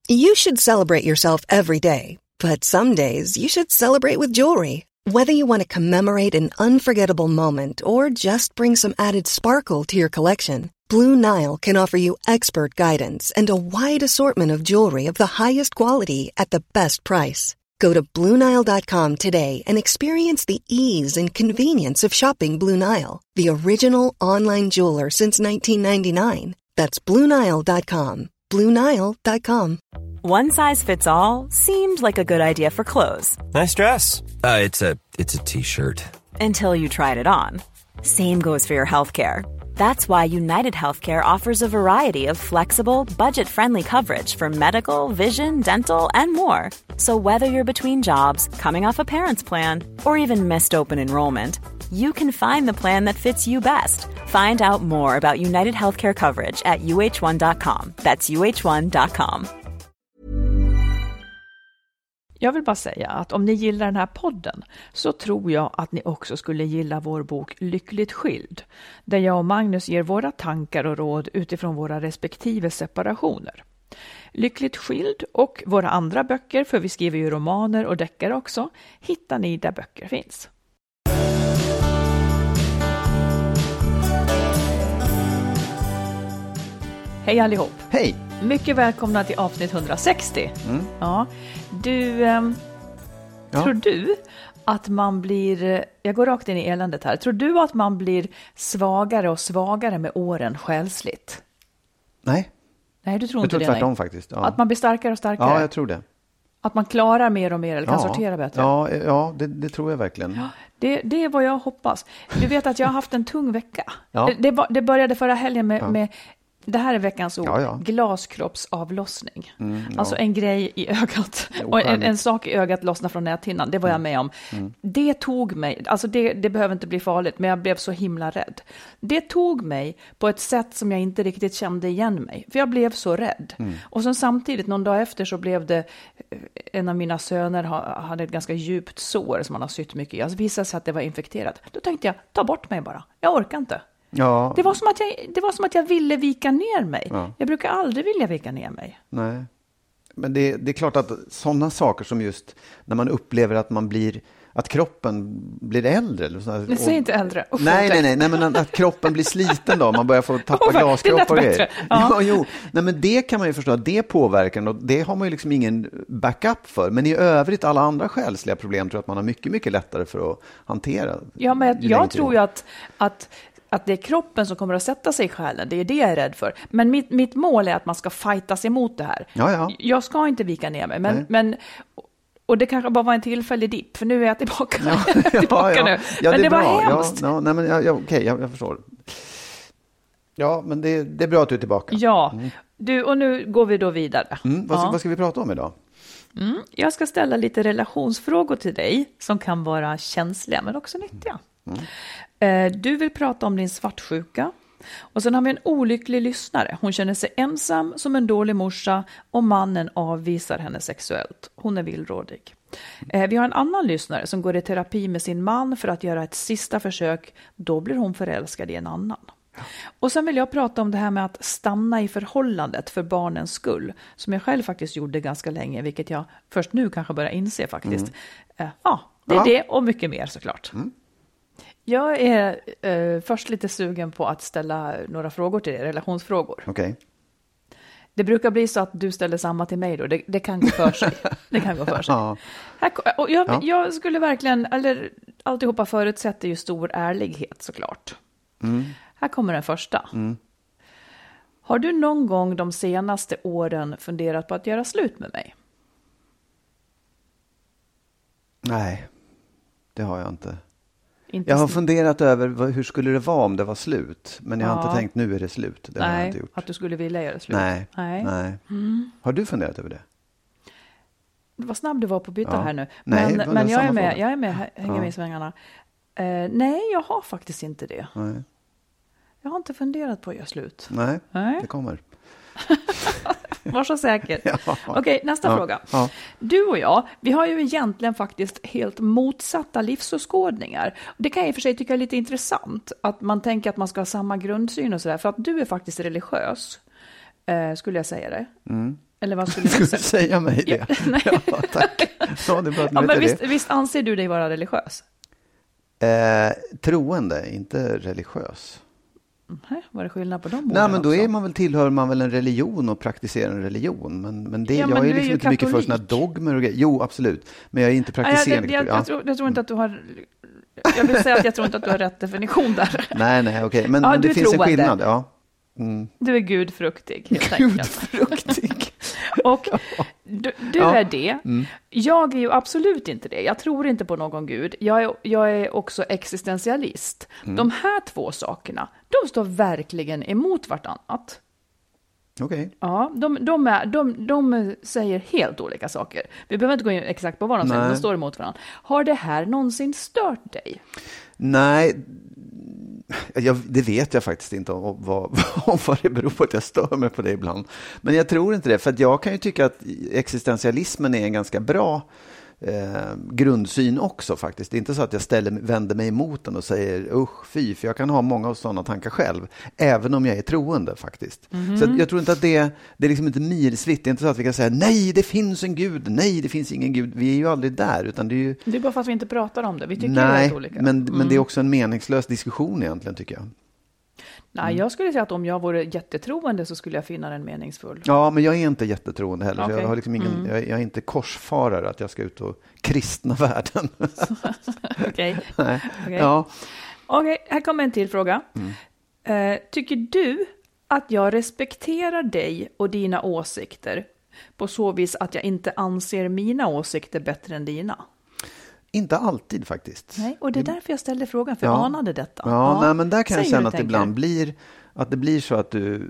You should celebrate yourself every day, but some days you should celebrate with jewelry. Whether you want to commemorate an unforgettable moment or just bring some added sparkle to your collection, Blue Nile can offer you expert guidance and a wide assortment of jewelry of the highest quality at the best price. Go to BlueNile.com today and experience the ease and convenience of shopping Blue Nile, the original online jeweler since 1999. That's BlueNile.com. BlueNile.com. One size fits all seemed like a good idea for clothes. Nice dress. It's a t-shirt. Until you tried it on. Same goes for your healthcare. That's why United Healthcare offers a variety of flexible, budget-friendly coverage for medical, vision, dental, and more. So whether you're between jobs, coming off a parent's plan, or even missed open enrollment, you can find the plan that fits you best. Find out more about United Healthcare coverage at uh1.com. That's uh1.com. Jag vill bara säga att om ni gillar den här podden så tror jag att ni också skulle gilla vår bok Lyckligt skild, där jag och Magnus ger våra tankar och råd utifrån våra respektive separationer. Lyckligt skild och våra andra böcker, för vi skriver ju romaner och deckare också, hittar ni där böcker finns. Hej allihop! Hej! Mycket välkomna till avsnitt 160. Ja, tror du att man blir, jag går rakt in i eländet här, tror du att man blir svagare och svagare med åren själsligt? Nej. Nej, du tror jag inte tror det? Tvärtom faktiskt. Ja. Att man blir starkare och starkare? Ja, jag tror det. Att man klarar mer och mer eller kan sortera bättre? Ja, det tror jag verkligen. Ja, det är vad jag hoppas. Du vet att jag har haft en tung vecka. Ja. Det började förra helgen med det här är veckans ord, Ja. glaskroppsavlossning. Alltså en grej i ögat. Och en sak i ögat lossnar från näthinnan. Det var jag med om. Det tog mig, alltså det behöver inte bli farligt, men jag blev så himla rädd. Det tog mig på ett sätt som jag inte riktigt kände igen mig. För jag blev så rädd. Och sen samtidigt, någon dag efter så blev det, en av mina söner hade ett ganska djupt sår som han har sytt mycket i. Alltså visade sig att det var infekterat. Då tänkte jag, ta bort mig bara. Jag orkar inte. Ja. Det var som att jag ville vika ner mig. Ja. Jag brukar aldrig vilja vika ner mig. Nej. Men det är klart att sådana saker som just när man upplever att man blir, att kroppen blir äldre. Eller så, men säg inte äldre. Nej, men att kroppen blir sliten då. Man börjar få tappa glaskropp och grejer. Ja. Nej, men det kan man ju förstå att det påverkar och det har man ju liksom ingen backup för. Men i övrigt alla andra själsliga problem tror jag att man har mycket, mycket lättare för att hantera. Ja, men jag tror ju att det är kroppen som kommer att sätta sig i själen. Det är det jag är rädd för. Men mitt mål är att man ska fightas emot det här. Ja. Jag ska inte vika ner mig. Men och det kanske bara var en tillfällig dipp. För nu är jag tillbaka. Nu. Ja, men det var bra. hemskt. Okej, jag förstår. Ja, men det är bra att du är tillbaka. Ja, du, och nu går vi då vidare. Vad ska vi prata om idag? Jag ska ställa lite relationsfrågor till dig som kan vara känsliga men också nyttiga. Du vill prata om din svartsjuka. Och sen har vi en olycklig lyssnare. Hon känner sig ensam som en dålig morsa och mannen avvisar henne sexuellt. Hon är villrådig. Vi har en annan lyssnare som går i terapi med sin man för att göra ett sista försök. Då blir hon förälskad i en annan. Och sen vill jag prata om det här med att stanna i förhållandet för barnens skull. Som jag själv faktiskt gjorde ganska länge, vilket jag först nu kanske börjar inse faktiskt. Det är det och mycket mer såklart. Jag är först lite sugen på att ställa några frågor till dig, relationsfrågor. Okej. Det brukar bli så att du ställer samma till mig då. Det kan gå för sig. Det kan gå för sig. Ja. Jag skulle verkligen, eller alltihopa förutsätter ju stor ärlighet såklart. Här kommer den första. Har du någon gång de senaste åren funderat på att göra slut med mig? Nej, det har jag inte. Jag har funderat över hur skulle det vara om det var slut. Men jag har inte tänkt nu är det slut. Det har jag inte gjort. Att du skulle vilja göra slut. Nej. Har du funderat över det? Vad snabb du var på att byta här nu. Nej, men jag är med, hänger med i svängarna. Nej, jag har faktiskt inte det. Nej. Jag har inte funderat på att göra slut. Nej. Det kommer. Var så säker. Ja. Okej, nästa fråga. Ja. Du och jag, vi har ju egentligen faktiskt helt motsatta livsåskådningar. Det kan jag i och för sig tycka är lite intressant. Att man tänker att man ska ha samma grundsyn och sådär. För att du är faktiskt religiös, skulle jag säga det. Eller vad skulle du säga mig det? Ja, tack. Ja, det är bra men visst anser du dig vara religiös? Troende, inte religiös. Vad är skillnad på dem? Nej, men då är man väl, tillhör man väl en religion och praktiserar en religion. Men det, jag är liksom inte mycket för såna dogmer och grejer. Jo, absolut. Men jag är inte praktiserande. Jag tror inte att du har... Jag vill säga att jag tror inte att du har rätt definition där. Nej, okej. Men det finns en skillnad, ja. Mm. Du är gudfruktig, helt Gudfruktig. Och du är det. Mm. Jag är ju absolut inte det. Jag tror inte på någon gud. Jag är också existentialist. Mm. De här två sakerna, de står verkligen emot vartannat. Okej. Ja, de säger helt olika saker. Vi behöver inte gå in exakt på vad de säger, de står emot varandra. Har det här någonsin stört dig? Nej, det vet jag faktiskt inte om vad det beror på att jag stör mig på det ibland. Men jag tror inte det, för att jag kan ju tycka att existentialismen är en ganska bra grundsyn också faktiskt. Det är inte så att jag vänder mig emot den och säger usch, fy, för jag kan ha många sådana tankar själv, även om jag är troende faktiskt. Mm-hmm. Så jag tror inte att det är liksom inte milsvitt. Det är inte så att vi kan säga nej, det finns en gud, nej, det finns ingen gud. Vi är ju aldrig där, utan det är ju... Det är bara för att vi inte pratar om det. Vi tycker det är helt olika. Men det är också en meningslös diskussion egentligen, tycker jag. Nej, jag skulle säga att om jag vore jättetroende så skulle jag finna den meningsfull. Ja, men jag är inte jättetroende heller. Okay. Jag har liksom jag är inte korsfarare att jag ska ut och kristna världen. Okej. Ja. Okej, här kommer en till fråga. Tycker du att jag respekterar dig och dina åsikter på så vis att jag inte anser mina åsikter bättre än dina? Inte alltid faktiskt. Nej, och det är därför jag ställde frågan, för jag anade detta. Ja, nej, men där kan jag känna att det ibland blir så att du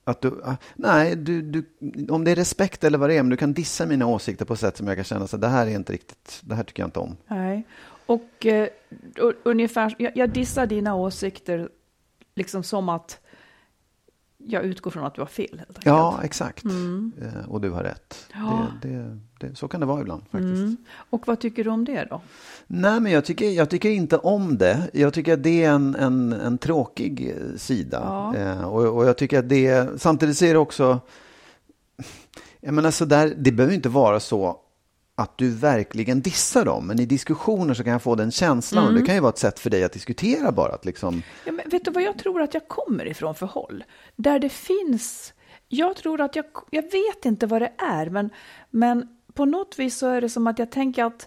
om det är respekt eller vad det är, men du kan dissa mina åsikter på ett sätt som jag kan känna så det här är inte riktigt, det här tycker jag inte om. Nej, och ungefär, jag dissar dina åsikter liksom som att jag utgår från att du har fel. Helt enkelt. Ja, exakt. Och du har rätt. Ja. Så kan det vara ibland faktiskt. Och vad tycker du om det då? Nej, men jag tycker inte om det. Jag tycker att det är en tråkig sida. Ja. Och jag tycker att det samtidigt ser det också... Jag menar så där, det behöver inte vara så att du verkligen dissar dem. Men i diskussioner så kan jag få den känslan. Och det kan ju vara ett sätt för dig att diskutera bara. Att liksom... Ja, men vet du vad jag tror att jag kommer ifrån för håll? Där det finns... Jag tror att jag vet inte vad det är. Men på något vis så är det som att jag tänker att...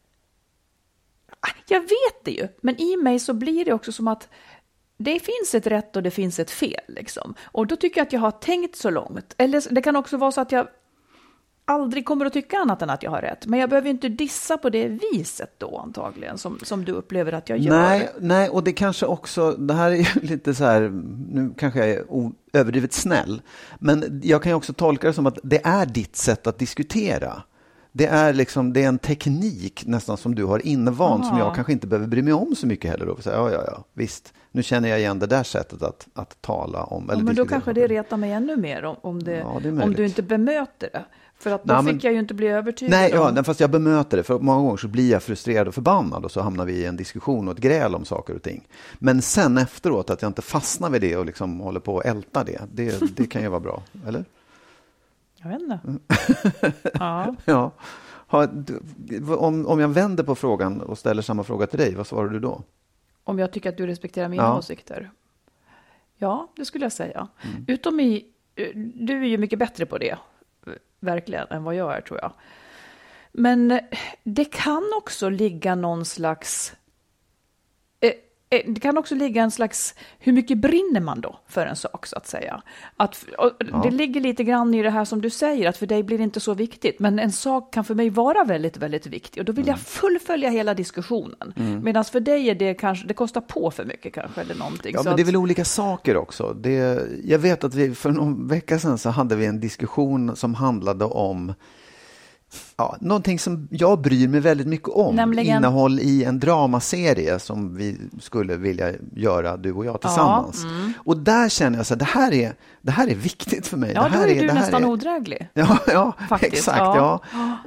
Jag vet det ju. Men i mig så blir det också som att det finns ett rätt och det finns ett fel. Liksom. Och då tycker jag att jag har tänkt så långt. Eller det kan också vara så att jag aldrig kommer att tycka annat än att jag har rätt. Men jag behöver inte dissa på det viset då antagligen som du upplever att jag gör. Nej, och det kanske också, det här är ju lite så här, nu kanske jag är överdrivet snäll, men jag kan ju också tolka det som att det är ditt sätt att diskutera. Det är en teknik nästan som du har invant som jag kanske inte behöver bry mig om så mycket heller. Då. Så, ja, visst. Nu känner jag igen det där sättet att tala om. Eller men då kanske det retar mig ännu mer om du inte bemöter det. För att då fick jag ju inte bli övertygad. Nej, fast jag bemöter det. För många gånger så blir jag frustrerad och förbannad och så hamnar vi i en diskussion och ett gräl om saker och ting. Men sen efteråt att jag inte fastnar vid det och liksom håller på att älta det kan ju vara bra, eller? Jag vet inte. Ja. Om jag vänder på frågan och ställer samma fråga till dig, vad svarar du då? Om jag tycker att du respekterar mina åsikter? Ja, det skulle jag säga. Utom du är ju mycket bättre på det, verkligen, än vad jag är, tror jag. Men det kan också ligga någon slags... Det kan också ligga en slags, hur mycket brinner man då för en sak så att säga. Det ligger lite grann i det här som du säger, att för dig blir det inte så viktigt. Men en sak kan för mig vara väldigt, väldigt viktig. Och då vill jag fullfölja hela diskussionen. Medan för dig är det kostar på för mycket kanske eller någonting. Ja, men det är väl olika saker också. Jag vet att vi för någon vecka sedan så hade vi en diskussion som handlade om någonting som jag bryr mig väldigt mycket om. Nämligen... Innehåll i en dramaserie som vi skulle vilja göra, du och jag tillsammans. Och där känner jag så att det här är viktigt för mig. Ja, då är du nästan odräglig. Ja, faktiskt, exakt. Ja.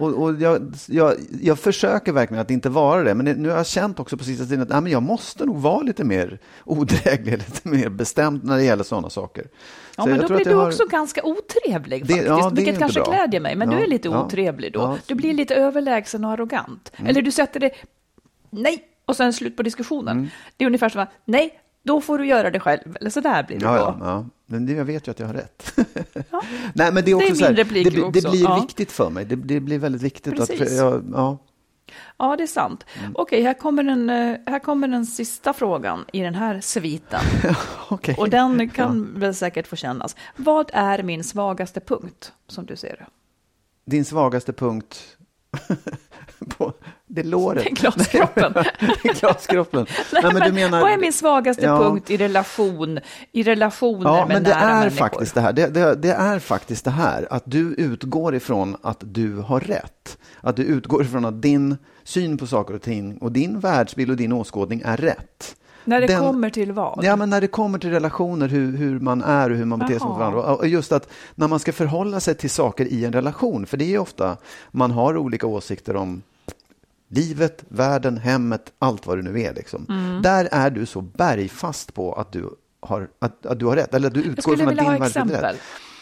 Och jag försöker verkligen att inte vara det. Men nu har jag känt också på sista tiden att men jag måste nog vara lite mer odräglig, lite mer bestämd när det gäller sådana saker. Ja, men då blir du också ganska otrevlig faktiskt, vilket kanske glädjer mig. Men du är lite otrevlig då. Ja. Du blir lite överlägsen och arrogant. Eller du sätter det, nej, och sen slut på diskussionen. Det är ungefär som att, nej, då får du göra det själv. Eller så där blir det då. Ja. Men jag vet ju att jag har rätt. Nej, men det är också så här, det blir viktigt för mig. Det blir väldigt viktigt. Ja, det är sant. Okej, här kommer den sista frågan i den här sviten. Okay. Och den kan väl säkert få kännas. Vad är min svagaste punkt, som du ser det? Din svagaste punkt... Det är låret. Det är glaskroppen. Det är glaskroppen. Nej, men du menar, vad är min svagaste punkt i relationer med nära människor? Faktiskt det här. Det är faktiskt det här att du utgår ifrån att du har rätt. Att du utgår ifrån att din syn på saker och ting och din världsbild och din åskådning är rätt. När det kommer till vad? Ja, men när det kommer till relationer, hur man är och hur man beter sig mot varandra. Och just att när man ska förhålla sig till saker i en relation, för det är ofta man har olika åsikter om livet, världen, hemmet, allt vad det nu är. Liksom. Där är du så bergfast på att du har rätt. Eller att du utgår från att din världsbild är rätt.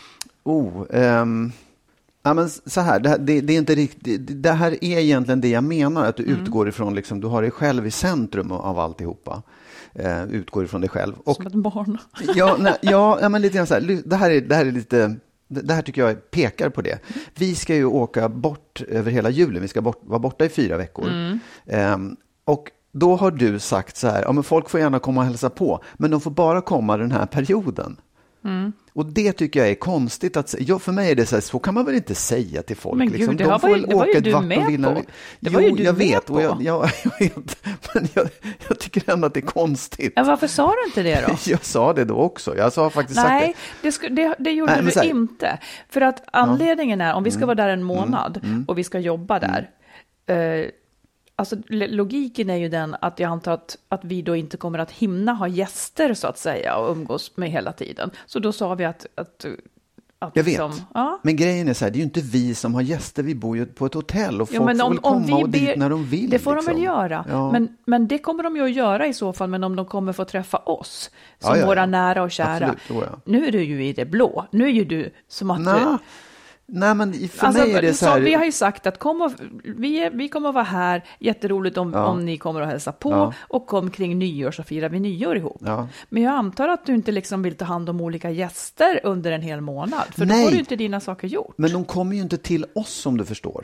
Ja, men så här, det är inte riktigt, det här är egentligen det jag menar, att du utgår ifrån, liksom, du har dig själv i centrum av alltihopa. Utgår ifrån dig själv. Och, som ett barn. Men lite grann så här, det här är lite... Det här tycker jag pekar på det. Vi ska ju åka bort över hela julen. Vi ska vara borta i 4 veckor. Och då har du sagt så här, men folk får gärna komma och hälsa på, men de får bara komma den här perioden. Och det tycker jag är konstigt att säga. För mig är det så kan man väl inte säga till folk. Men gud, liksom. Det var ju du med på. Det var ju du med på. Jag vet, men jag tycker ändå att det är konstigt. Ja, varför sa du inte det då? Jag sa det då också. Jag sa faktiskt sagt det. Det gjorde du inte. För att anledningen är, om vi ska vara där en månad och vi ska jobba där, alltså logiken är ju den att jag antar att vi då inte kommer att hinna ha gäster så att säga och umgås med hela tiden. Så då sa vi att jag vet, men grejen är så här, det är ju inte vi som har gäster, vi bor ju på ett hotell och folk får väl komma och dit när de vill. Det får de väl göra, men det kommer de ju att göra i så fall, men om de kommer få träffa oss som våra nära och kära. Absolut, Nu är du ju i det blå, nu är ju du som att... Nej, men för mig är det så här... Vi har ju sagt att vi kommer att vara här, jätteroligt om ni kommer att hälsa på och kom kring nyår så firar vi nyår ihop. Men jag antar att du inte liksom vill ta hand om olika gäster under en hel månad, för då får du inte dina saker gjort. Men de kommer ju inte till oss, som du förstår.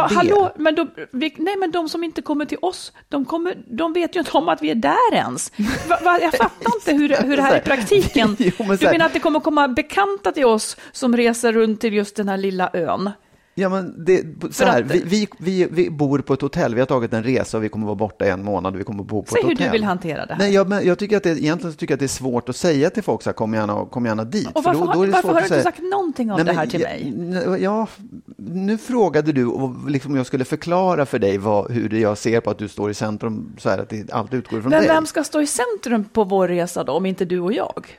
Men de som inte kommer till oss, de vet ju inte om att vi är där ens. Jag fattar inte hur det här är i praktiken. Du menar att det kommer komma bekanta till oss som reser runt till just den här lilla ön? Ja, men så här, vi bor på ett hotell, vi har tagit en resa och vi kommer vara borta 1 månad och vi kommer bo på ett hotell. Säg hur du vill hantera det här. Nej, men jag tycker att egentligen tycker att det är svårt att säga till folk så här, kom gärna dit. Och varför har du inte sagt någonting om det här till mig? Ja, nu frågade du och liksom jag skulle förklara för dig hur jag ser på att du står i centrum, så här, att det alltid utgår från dig. Men vem ska stå i centrum på vår resa då, om inte du och jag?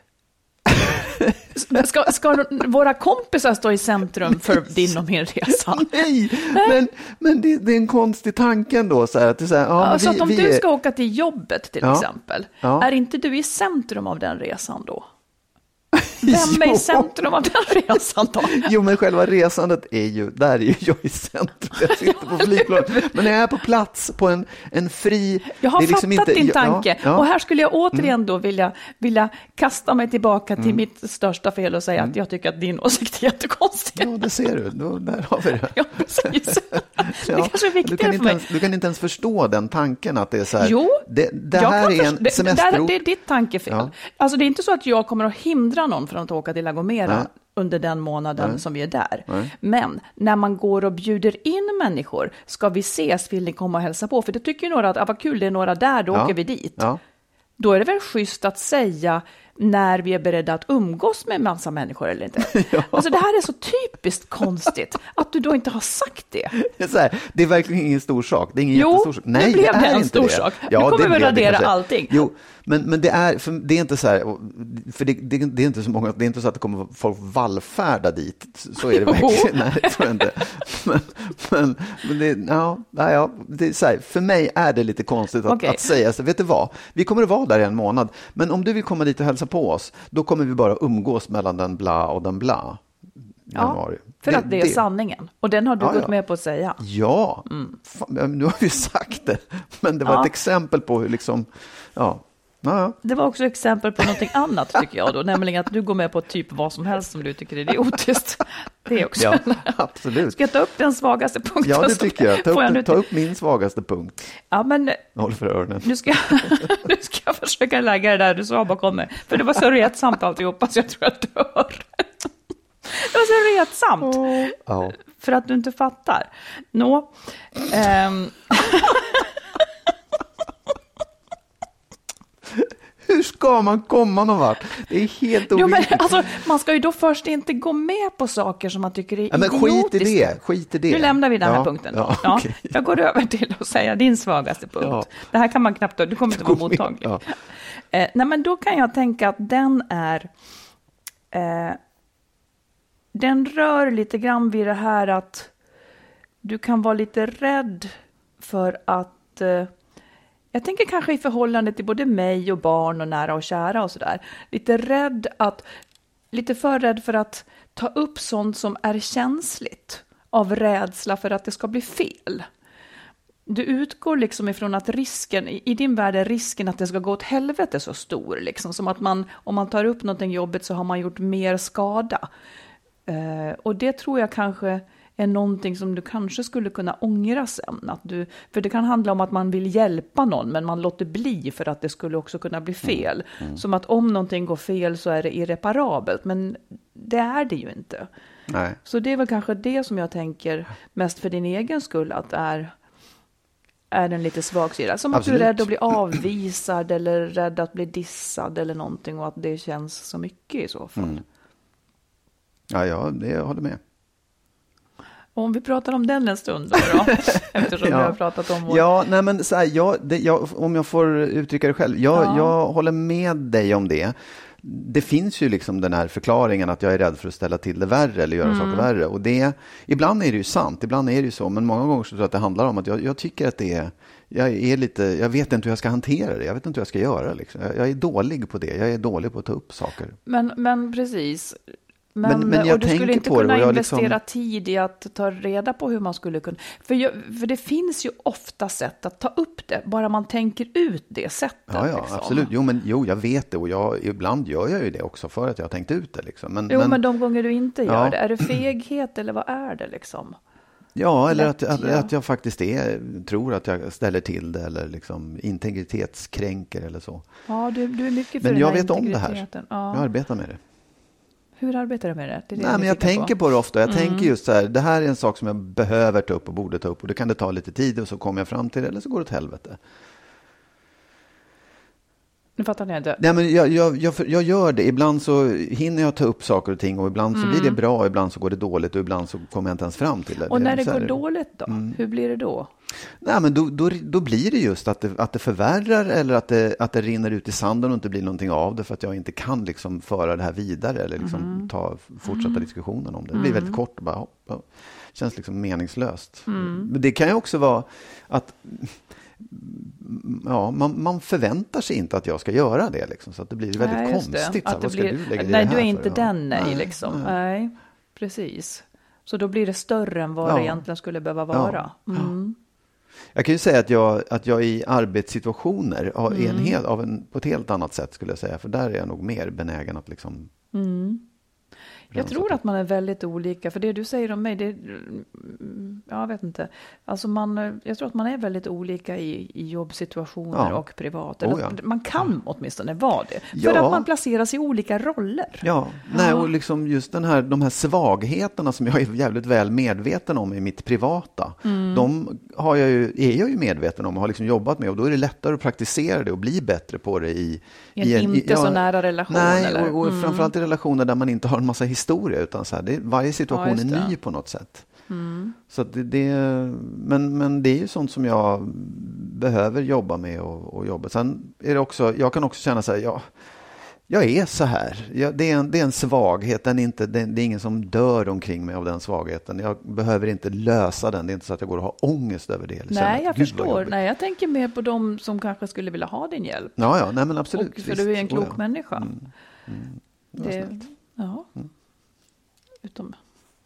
Ska våra kompisar stå i centrum för din och min resa? Nej. Men det är en konstig tanke ändå. Så här, att så att om du ska åka till jobbet till exempel, är inte du i centrum av den resan då? Vem är i centrum av den resan då? Jo, men själva resandet där är ju jag i centrum. Jag sitter på flygplan. Men när jag är på plats på en fri... Jag har fattat din tanke. Och här skulle jag återigen då vilja kasta mig tillbaka till mitt största fel och säga att jag tycker att din åsikt är jättekonstig. Ja, det ser du. Där har vi det. Ja, precis. Det kanske är viktigare för mig. Du kan inte ens förstå den tanken att det är så här... Jo, det här är en semesterort. Det är ditt tankefel. Ja. Alltså det är inte så att jag kommer att hindra någon från att åka till La Gomera under den månaden som vi är där. Men när man går och bjuder in människor, ska vi ses, vill ni komma och hälsa på? För det tycker ju några att vad kul, det är några där, då åker vi dit. Ja. Då är det väl schysst att säga när vi är beredda att umgås med en massa människor eller inte. Alltså det här är så typiskt konstigt att du då inte har sagt det. Det är verkligen ingen stor sak. Det är ingen jättestor sak. Nej, det blev det en stor sak. Nu kommer vi radera allting. Jo, men det är inte så här, för det är inte så många, det är inte så att det kommer folk vallfärda dit. Så är det verkligen. Nej, det tror jag inte. Men det är så här, för mig är det lite konstigt att säga så. Vet du vad? Vi kommer att vara där i en månad. Men om du vill komma dit och hälsa på oss, då kommer vi bara umgås mellan den bla och den bla. Ja, för att det är sanningen. Och den har du gått med på att säga. Ja, nu har vi sagt det. Men det var ett exempel på hur liksom, Det var också exempel på någonting annat tycker jag då. Nämligen att du går med på typ vad som helst som du tycker är idiotiskt. Det är också. Ja, absolut. Ska jag ta upp den svagaste punkten? Ja, det tycker jag. Ta upp min svagaste punkt. Ja, men håll för öronen. Nu ska jag försöka lägga det där du sa bakom mig. För det var så retsamt alltihopa så jag tror jag dör. Det var så retsamt. För att du inte fattar. Hur ska man komma någon vart? Det är helt obegripligt. Alltså, man ska ju då först inte gå med på saker som man tycker är idiotiska. Men skit i det. Nu lämnar vi den här punkten. Okay. Jag går över till att säga din svagaste punkt. Ja. Det här kan man knappt, du kommer inte vara mottaglig. Ja. Nej, men då kan jag tänka att den är... den rör lite grann vid det här att du kan vara lite rädd för att... jag tänker kanske i förhållande till både mig och barn och nära och kära och sådär. Lite för rädd för att ta upp sånt som är känsligt av rädsla för att det ska bli fel. Du utgår liksom ifrån att risken, i din värld är risken att det ska gå åt helvete så stor. Liksom, som att om man tar upp någonting jobbigt så har man gjort mer skada. Och det tror jag kanske är någonting som du kanske skulle kunna ångra sen. För det kan handla om att man vill hjälpa någon men man låter bli för att det skulle också kunna bli fel. Som att om någonting går fel så är det irreparabelt. Men det är det ju inte. Nej. Så det är väl kanske det som jag tänker mest för din egen skull att är den lite svag sida. Som att du är rädd att bli avvisad eller rädd att bli dissad eller någonting och att det känns så mycket i så fall. Ja, det jag håller med. Och om vi pratar om den en stund då eftersom vi har pratat om vår... Ja, nej men så här, om jag får uttrycka det själv. Jag håller med dig om det. Det finns ju liksom den här förklaringen att jag är rädd för att ställa till det värre eller göra saker värre. Och ibland är det ju sant, ibland är det ju så. Men många gånger så tror jag att det handlar om att jag tycker att det är... Jag vet inte hur jag ska hantera det. Jag vet inte hur jag ska göra. Liksom. Jag är dålig på det. Jag är dålig på att ta upp saker. Men precis... Men jag och du skulle inte kunna investera liksom... tid i att ta reda på hur man skulle kunna... För det finns ju ofta sätt att ta upp det, bara man tänker ut det sättet. Ja, liksom. Absolut. Jo, jag vet det och ibland gör jag ju det också för att jag har tänkt ut det. Liksom. Men de gånger du inte gör det, är det feghet eller vad är det liksom? Ja, eller att jag faktiskt tror att jag ställer till det eller liksom integritetskränker eller så. Ja, du är mycket för men den jag här vet om det här. Ja. Jag arbetar med det. Hur arbetar du med det? Nej, men jag tänker på det ofta. Jag tänker just så här, det här är en sak som jag behöver ta upp och borde ta upp. Och det kan det ta lite tid och så kommer jag fram till det eller så går det åt helvete. Nu fattar ni inte. Nej, men jag gör det. Ibland så hinner jag ta upp saker och ting och ibland så blir det bra och ibland så går det dåligt och ibland så kommer jag inte ens fram till det. Och när det går dåligt då? Hur blir det då? Nej, men då blir det just att det förvärrar eller att det rinner ut i sanden och inte blir någonting av det för att jag inte kan liksom föra det här vidare eller liksom fortsätta diskussionen om det. Det blir väldigt kort och bara känns liksom meningslöst. Men det kan ju också vara att man förväntar sig inte att jag ska göra det liksom, så att det blir väldigt konstigt. Att vad ska du lägga nej, det du är här inte för? den liksom. Nej, precis. Så då blir det större än vad det egentligen skulle behöva vara. Jag kan ju säga att jag i arbetssituationer är på ett helt annat sätt skulle jag säga, för där är jag nog mer benägen att liksom jag tror att man är väldigt olika, för det du säger om mig, jag vet inte. Alltså jag tror att man är väldigt olika i jobbsituationer och privat. Man kan åtminstone vara det. För att man placeras i olika roller. Ja, nej, och liksom just de här svagheterna som jag är jävligt väl medveten om i mitt privata. De är jag ju medveten om och har liksom jobbat med. Och då är det lättare att praktisera det och bli bättre på det i en inte så nära relation. Nej, och framförallt i relationer där man inte har en massa historia utan så här, varje situation är ny på något sätt. Så att men det är ju sånt som jag behöver jobba med och jobba. Sen är det också, jag kan också känna så här, jag är så här. Det är en svaghet. Det är ingen som dör omkring mig av den svagheten. Jag behöver inte lösa den. Det är inte så att jag går och har ångest över det. Nej, jag förstår. Nej, jag tänker mer på de som kanske skulle vilja ha din hjälp. Ja, nej, men absolut. Och, för du är en klok människa. Utom...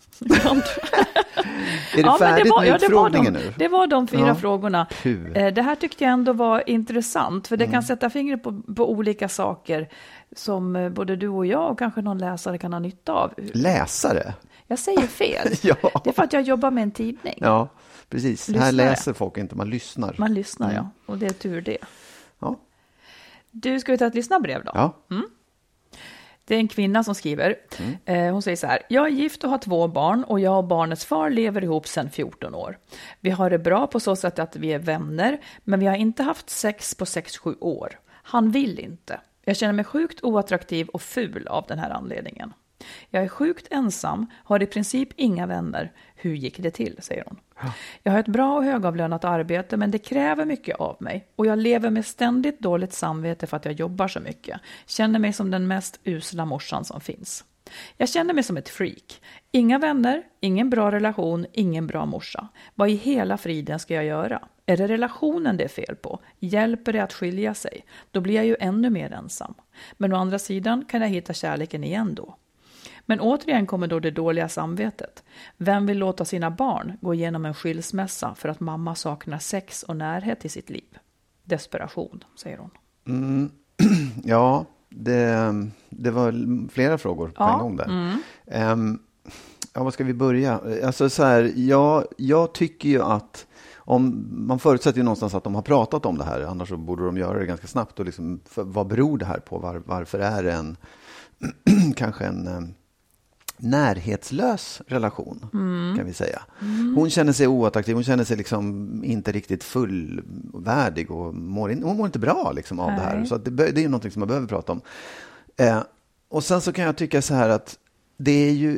Är det färdigt med utfrågningen nu? Det var de 4 frågorna. Det här tyckte jag ändå var intressant, för det kan sätta fingret på olika saker som både du och jag och kanske någon läsare kan ha nytta av. Läsare? Jag säger fel. Ja. Det är för att jag jobbar med en tidning. Ja, precis. Lyssnare. Här läser folk inte, man lyssnar. Man lyssnar, ja. Och det är tur det. Ja. Du, ska vi ta ett lyssnarbrev då? Ja. Det är en kvinna som skriver. Hon säger så här: jag är gift och har 2 barn och jag och barnets far lever ihop sedan 14 år. Vi har det bra på så sätt att vi är vänner, men vi har inte haft sex på 6-7 år. Han vill inte. Jag känner mig sjukt oattraktiv och ful av den här anledningen. Jag är sjukt ensam, har i princip inga vänner. Hur gick det till, säger hon. Jag har ett bra och högavlönat arbete, men det kräver mycket av mig. Och jag lever med ständigt dåligt samvete för att jag jobbar så mycket. Känner mig som den mest usla morsan som finns. Jag känner mig som ett freak. Inga vänner, ingen bra relation, ingen bra morsa. Vad i hela friden ska jag göra? Är det relationen det är fel på? Hjälper det att skilja sig? Då blir jag ju ännu mer ensam. Men å andra sidan kan jag hitta kärleken igen då. Men återigen kommer då det dåliga samvetet. Vem vill låta sina barn gå igenom en skilsmässa för att mamma saknar sex och närhet i sitt liv? Desperation, säger hon. Ja, det var flera frågor på en gång där. Vad ska vi börja? Alltså så här, jag tycker ju att om man förutsätter ju någonstans att de har pratat om det här, annars så borde de göra det ganska snabbt. Och liksom, vad beror det här på? Varför är det kanske en närhetslös relation, kan vi säga. Hon känner sig oattraktiv, hon känner sig liksom inte riktigt fullvärdig och hon mår inte bra liksom av det här. Så att det är ju någonting som man behöver prata om. Och sen så kan jag tycka så här att det är ju,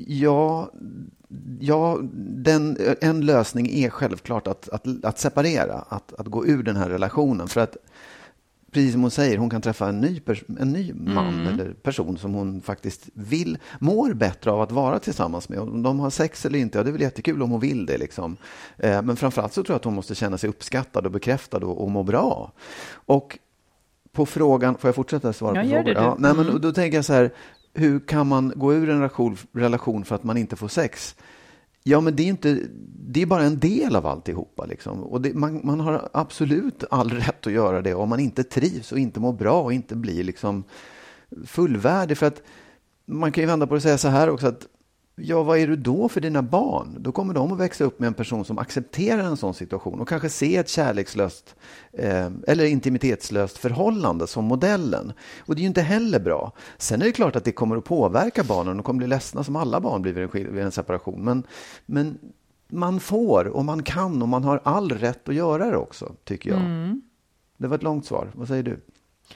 en lösning är självklart att separera, att gå ur den här relationen, för att precis som hon säger, hon kan träffa en ny man eller person som hon faktiskt mår bättre av att vara tillsammans med. Om de har sex eller inte, det är väl jättekul om hon vill det. Liksom. Men framförallt så tror jag att hon måste känna sig uppskattad och bekräftad och må bra. Och på frågan, får jag fortsätta svara på frågor? Ja, men då tänker jag så här, hur kan man gå ur en relation för att man inte får sex? Ja, men det är bara en del av alltihopa. Liksom. Och man har absolut all rätt att göra det om man inte trivs och inte mår bra och inte blir liksom fullvärdig. För att man kan ju vända på det och säga så här också, att vad är du då för dina barn? Då kommer de att växa upp med en person som accepterar en sån situation och kanske se ett kärlekslöst eller intimitetslöst förhållande som modellen. Och det är ju inte heller bra. Sen är det klart att det kommer att påverka barnen och kommer bli ledsna som alla barn blir vid en separation. Men man får och man kan och man har all rätt att göra det också, tycker jag. Det var ett långt svar. Vad säger du?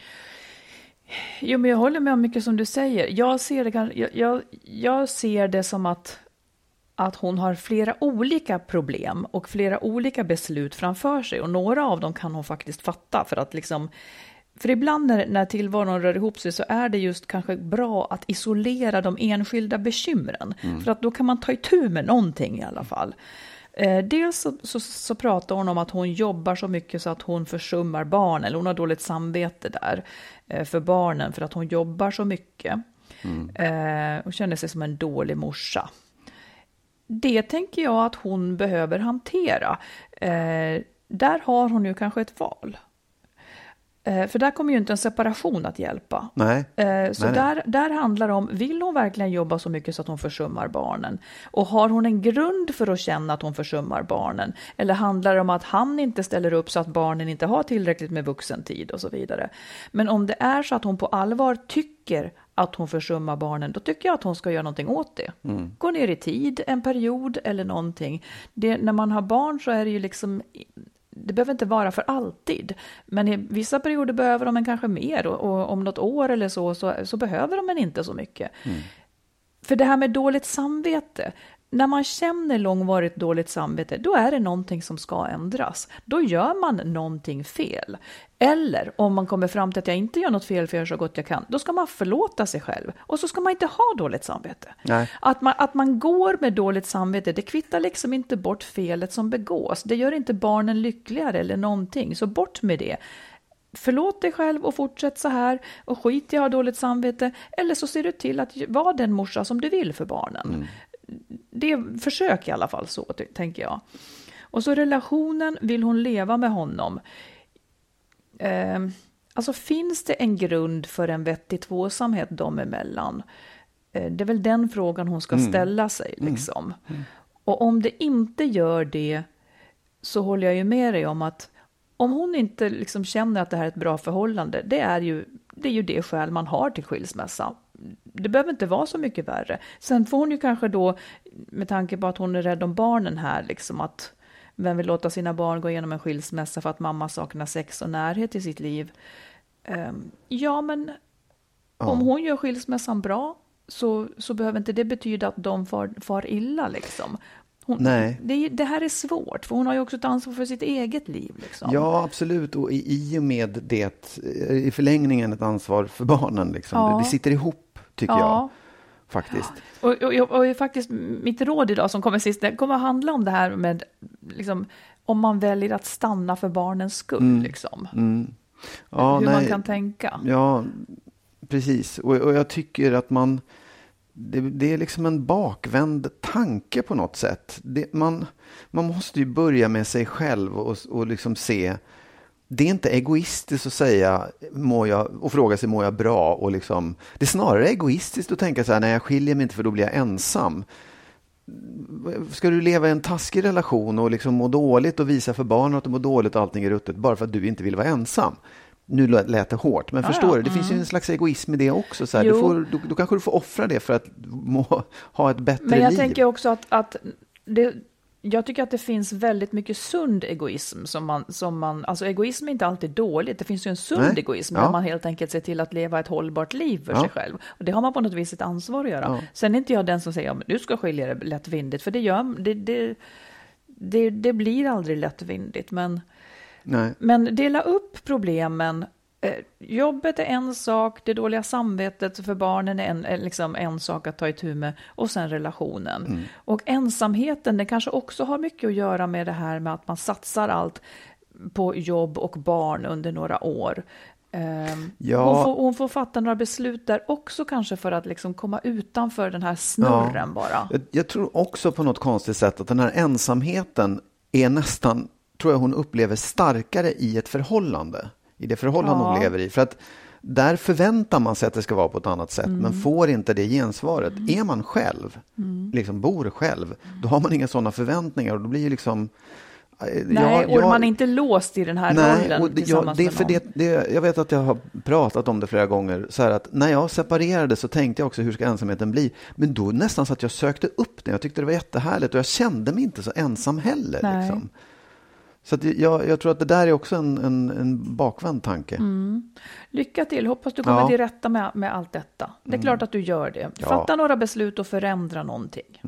Jo, men jag håller med om mycket som du säger. Jag ser det som att hon har flera olika problem och flera olika beslut framför sig. Och några av dem kan hon faktiskt fatta. För ibland när tillvaron rör ihop sig så är det just kanske bra att isolera de enskilda bekymren. För att då kan man ta itu med någonting i alla fall. Dels så pratar hon om att hon jobbar så mycket så att hon försummar barn, eller hon har dåligt samvete där för barnen för att hon jobbar så mycket och känner sig som en dålig morsa. Det tänker jag att hon behöver hantera. Där har hon ju kanske ett val. För där kommer ju inte en separation att hjälpa. Nej. Där handlar det om, vill hon verkligen jobba så mycket så att hon försummar barnen? Och har hon en grund för att känna att hon försummar barnen? Eller handlar det om att han inte ställer upp så att barnen inte har tillräckligt med vuxentid och så vidare? Men om det är så att hon på allvar tycker att hon försummar barnen, då tycker jag att hon ska göra någonting åt det. Gå ner i tid, en period eller någonting. När man har barn så är det ju liksom... Det behöver inte vara för alltid. Men i vissa perioder behöver de en kanske mer. Och om något år eller så behöver de en inte så mycket. För det här med dåligt samvete. när man känner långvarigt dåligt samvete, då är det någonting som ska ändras. Då gör man någonting fel. Eller om man kommer fram till att jag inte gör något fel för jag gör så gott jag kan, då ska man förlåta sig själv. Och så ska man inte ha dåligt samvete. Nej. Att man går med dåligt samvete, det kvittar liksom inte bort felet som begås. Det gör inte barnen lyckligare eller någonting. Så bort med det. Förlåt dig själv och fortsätt så här och skit i att ha dåligt samvete. Eller så ser du till att vara den morsa som du vill för barnen. Det försök i alla fall så, tänker jag. Och så relationen, vill hon leva med honom? Alltså finns det en grund för en vettig tvåsamhet dem emellan? Det är väl den frågan hon ska ställa sig liksom. Och om det inte gör det, så håller jag ju med dig om att om hon inte liksom känner att det här är ett bra förhållande, det är ju det skäl man har till skilsmässa. Det behöver inte vara så mycket värre. Sen får hon ju kanske då, med tanke på att hon är rädd om barnen här, liksom att vem vill låta sina barn gå igenom en skilsmässa för att mamma saknar sex och närhet i sitt liv. Om hon gör skilsmässan bra, så behöver inte det betyda att de far illa liksom. Nej. Det här är svårt, för hon har ju också ett ansvar för sitt eget liv. Liksom. Ja, absolut. Och i och med det, i förlängningen ett ansvar för barnen. Liksom. Ja. Det sitter ihop, tycker jag. Faktiskt. Och faktiskt, mitt råd idag som kommer sist, det kommer att handla om det här med liksom, om man väljer att stanna för barnens skull. Liksom. Ja, hur man kan tänka. Ja, precis. Och jag tycker att det är liksom en bakvänd tanke på något sätt. Man måste ju börja med sig själv och liksom se. Det är inte egoistiskt att säga och fråga sig, mår jag bra? Och liksom, det är snarare egoistiskt att tänka så här, nej, jag skiljer mig inte för då blir jag ensam. Ska du leva i en taskig relation och liksom må dåligt och visa för barnen att du mår dåligt och allting är ruttet bara för att du inte vill vara ensam? Nu lät det hårt, men förstår du? Det finns ju en slags egoism i det också. Så här. Då kanske du får offra det för att ha ett bättre liv. Men jag tänker också att jag tycker att det finns väldigt mycket sund egoism som man alltså egoism är inte alltid dåligt. Det finns ju en sund egoism där man helt enkelt ser till att leva ett hållbart liv för sig själv. Och det har man på något vis ett ansvar att göra. Ja. Sen är inte jag den som säger att du ska skilja det lättvindigt, för det blir aldrig lättvindigt. Men dela upp problemen. Jobbet är en sak, det dåliga samvetet för barnen är liksom en sak att ta itu med, och sen relationen. Och ensamheten, det kanske också har mycket att göra med det här med att man satsar allt på jobb och barn under några år. Hon får fatta några beslut där också, kanske för att liksom komma utanför den här snurren bara. Jag tror också på något konstigt sätt att den här ensamheten är nästan, tror jag hon upplever, starkare i ett förhållande. I det förhållande hon lever i. För att där förväntar man sig att det ska vara på ett annat sätt. Men får inte det gensvaret. Är man själv, liksom bor själv, då har man inga sådana förväntningar. Och då blir ju liksom... man är inte låst i den här rollen tillsammans med någon. Jag vet att jag har pratat om det flera gånger. Så här att när jag separerade så tänkte jag också, hur ska ensamheten bli? Men då nästan så att jag sökte upp det. Jag tyckte det var jättehärligt. Och jag kände mig inte så ensam heller. Liksom. Så att jag tror att det där är också en bakvänd tanke. Lycka till. Hoppas du kommer till rätta med allt detta. Det är klart att du gör det. Fatta några beslut och förändra någonting.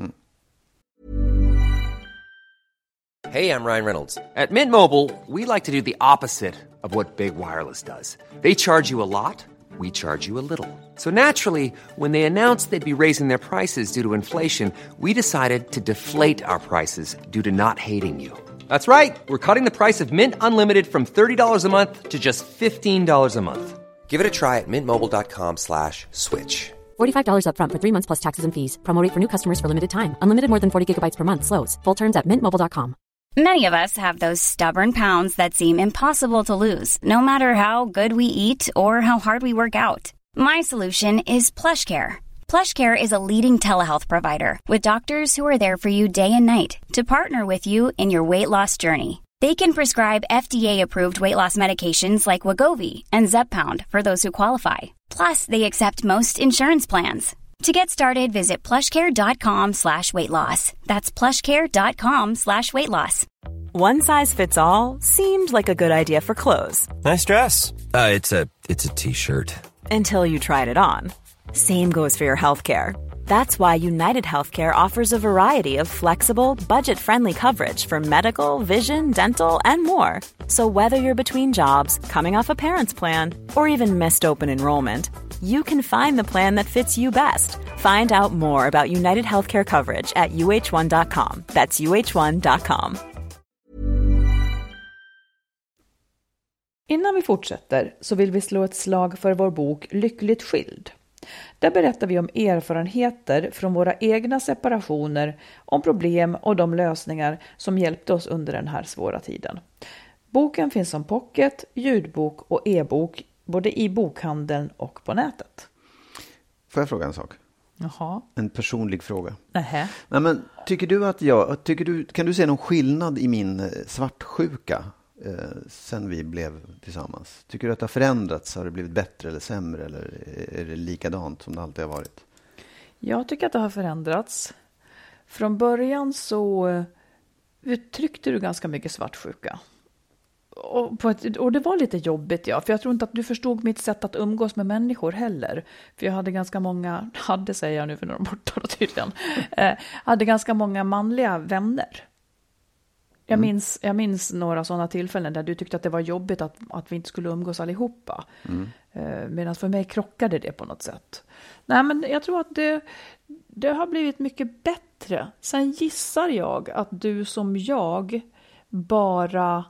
Hey, I'm Ryan Reynolds. At Mint Mobile, we like to do the opposite of what Big Wireless does. They charge you a lot. We charge you a little. So naturally, when they announced they'd be raising their prices due to inflation, we decided to deflate our prices due to not hating you. That's right. We're cutting the price of Mint Unlimited from $30 a month to just $15 a month. Give it a try at mintmobile.com/switch. $45 up front for 3 months plus taxes and fees. Promo rate for new customers for limited time. Unlimited more than 40 gigabytes per month slows. Full terms at mintmobile.com. Many of us have those stubborn pounds that seem impossible to lose, no matter how good we eat or how hard we work out. My solution is PlushCare. PlushCare is a leading telehealth provider with doctors who are there for you day and night to partner with you in your weight loss journey. They can prescribe FDA-approved weight loss medications like Wegovy and Zepbound for those who qualify. Plus, they accept most insurance plans. To get started, visit plushcare.com/weightloss. That's plushcare.com/weightloss. One size fits all seemed like a good idea for clothes. Nice dress. It's a t-shirt. Until you tried it on. Same goes for your healthcare. That's why United Healthcare offers a variety of flexible, budget-friendly coverage for medical, vision, dental, and more. So whether you're between jobs, coming off a parent's plan, or even missed open enrollment, you can find the plan that fits you best. Find out more about United Healthcare coverage at uh1.com. That's uh1.com. Innan vi fortsätter så vill vi slå ett slag för vår bok Lyckligt skild. Där berättar vi om erfarenheter från våra egna separationer, om problem och de lösningar som hjälpte oss under den här svåra tiden. Boken finns som pocket, ljudbok och e-bok, både i bokhandeln och på nätet. Får jag fråga en sak? Jaha. En personlig fråga. Nähä. Nej, men kan du se någon skillnad i min svartsjuka sen vi blev tillsammans? Tycker du att det har förändrats? Har det blivit bättre eller sämre? Eller är det likadant som det alltid har varit? Jag tycker att det har förändrats. Från början så uttryckte du ganska mycket svartsjuka. Och det var lite jobbigt, ja. För jag tror inte att du förstod mitt sätt att umgås med människor heller. För jag hade ganska många, säger jag nu för några borta då tydligen, hade ganska många manliga vänner. Jag minns några sådana tillfällen där du tyckte att det var jobbigt att vi inte skulle umgås allihopa. Medan för mig krockade det på något sätt. Nej, men jag tror att det har blivit mycket bättre. Sen gissar jag att du som jag bara...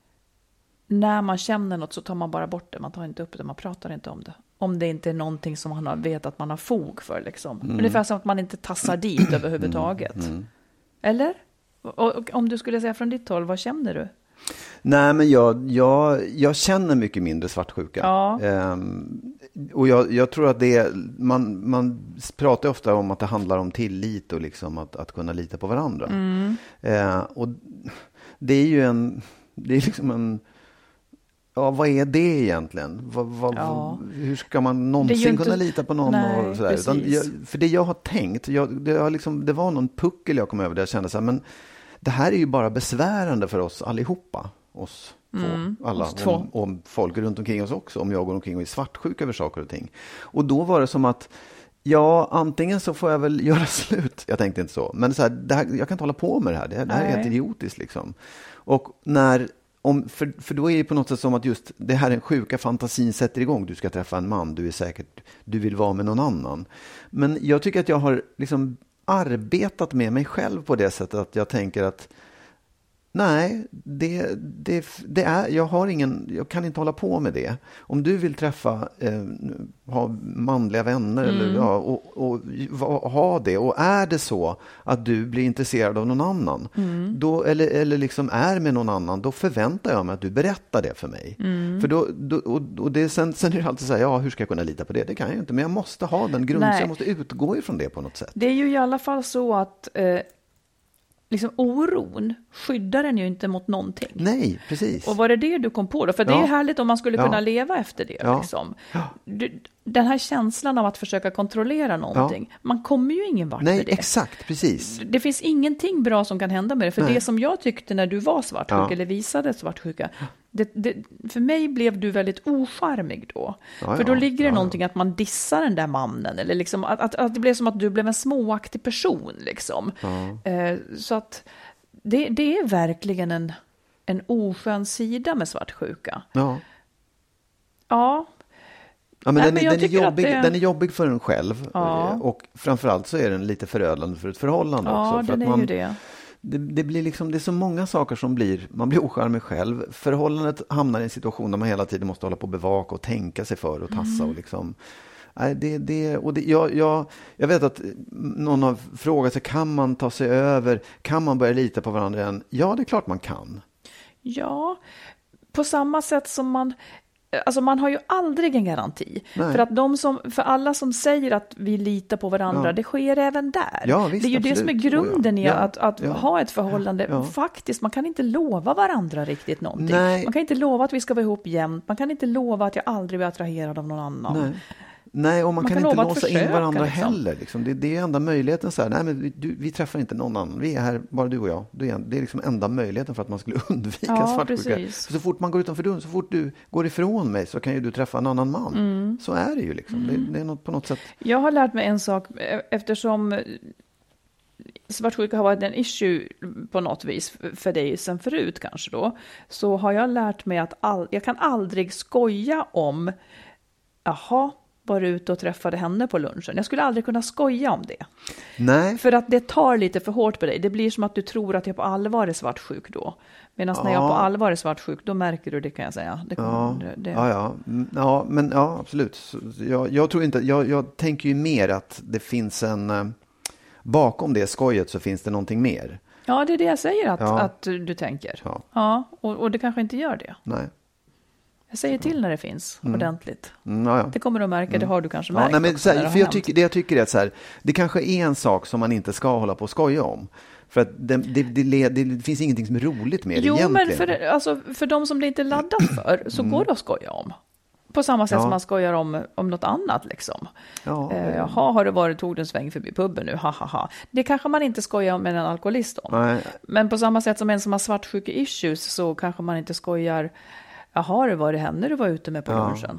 När man känner något så tar man bara bort det. Man tar inte upp det, man pratar inte om det. Om det inte är någonting som man vet att man har fog för. Liksom. Ungefär som att man inte tassar dit överhuvudtaget. Eller? Och om du skulle säga från ditt håll, vad känner du? Nej, men jag känner mycket mindre svartsjuka. Ja. Och jag tror att man pratar ofta om att det handlar om tillit och liksom att kunna lita på varandra. Och det är ju det är liksom en... Ja, vad är det egentligen? Hur ska man någonsin kunna lita på någon? Nej, och sådär? För det jag har tänkt, det var någon puckel jag kom över där jag kände så här, men det här är ju bara besvärande för oss allihopa. Oss alla och folk runt omkring oss också, om jag går omkring och är svartsjuk över saker och ting. Och då var det som att antingen så får jag väl göra slut. Jag tänkte inte så. Men så här, jag kan inte hålla på med det här. Det här är helt idiotiskt liksom. Och för då är det på något sätt som att just det här en sjuka fantasin sätter igång. Du ska träffa en man, du vill vara med någon annan. Men jag tycker att jag har liksom arbetat med mig själv på det sättet att jag tänker att nej, jag kan inte hålla på med det. Om du vill träffa, ha manliga vänner eller, och ha det. Och är det så att du blir intresserad av någon annan, då, eller liksom är med någon annan, då förväntar jag mig att du berättar det för mig. För sen är det alltid så här, hur ska jag kunna lita på det? Det kan jag inte, men jag måste ha den grunden, så jag måste utgå ifrån det på något sätt. Det är ju i alla fall så att liksom oron skyddar den ju inte mot någonting. Nej, precis. Och var det du kom på då? För det är ju härligt om man skulle kunna leva efter det. Ja. Liksom. Den här känslan av att försöka kontrollera någonting. Man kommer ju ingen vart med det. Nej, exakt, precis. Det finns ingenting bra som kan hända med det. För det som jag tyckte när du var svartsjuk eller visade svartsjuka, för mig blev du väldigt ocharmig då. För då ligger det någonting att man dissar den där mannen. Eller liksom att det blev som att du blev en småaktig person. Liksom. Så att det är verkligen en oskön sida med svartsjuka. Ja. Ja, men den är jobbig för en själv. Och framförallt så är den lite förödande för ett förhållande också. För den är ju det. Det blir liksom, det är så många saker som man blir ocharmig själv. Förhållandet hamnar i en situation där man hela tiden måste hålla på och bevaka och tänka sig för och tassa och liksom. Jag vet att någon har frågat sig, kan man ta sig över, kan man börja lita på varandra igen? Ja, det är klart man kan. Ja, på samma sätt som man har ju aldrig en garanti. Nej. För att för alla som säger att vi litar på varandra, det sker även där. Ja, visst, det är ju absolut. Det som är grunden i att ha ett förhållande. Ja. Faktiskt, man kan inte lova varandra riktigt någonting. Nej. Man kan inte lova att vi ska vara ihop jämt. Man kan inte lova att jag aldrig blir attraherad av någon annan. Nej, och man kan inte låsa in varandra liksom. heller. Liksom. Det är enda möjligheten. Så här, nej, men vi träffar inte någon annan. Vi är här, bara du och jag. Det är liksom enda möjligheten för att man skulle undvika svartsjuka. Så fort man går utanför dörren, så fort du går ifrån mig så kan ju du träffa en annan man. Så är det ju liksom. Det är något, på något sätt. Jag har lärt mig en sak, eftersom svartsjuka har varit en issue på något vis för dig sen förut kanske då, så har jag lärt mig att jag kan aldrig skoja om var ute och träffade henne på lunchen. Jag skulle aldrig kunna skoja om det. Nej. För att det tar lite för hårt på dig. Det blir som att du tror att jag på allvar är svartsjuk då. Medan när jag på allvar är svartsjuk, då märker du det, kan jag säga. Men absolut. Jag tror inte, jag tänker ju mer att det finns en, bakom det skojet så finns det någonting mer. Ja, det är det jag säger att du tänker. Ja, och det kanske inte gör det. Nej. Jag säger till när det finns ordentligt. Ja. Det kommer du att märka, det har du kanske märkt. Nej, men också, för jag tycker att så här, det kanske är en sak som man inte ska hålla på och skoja om. För att det finns ingenting som är roligt med det egentligen. Men för de som det inte är laddat för så går det att skoja om. På samma sätt som man skojar om något annat liksom. Har du tog en sväng förbi puben nu? Det kanske man inte skojar om med en alkoholist om. Nej. Men på samma sätt som en som har svartsjuka issues så kanske man inte skojar. Har det varit henne du var ute med på lunchen?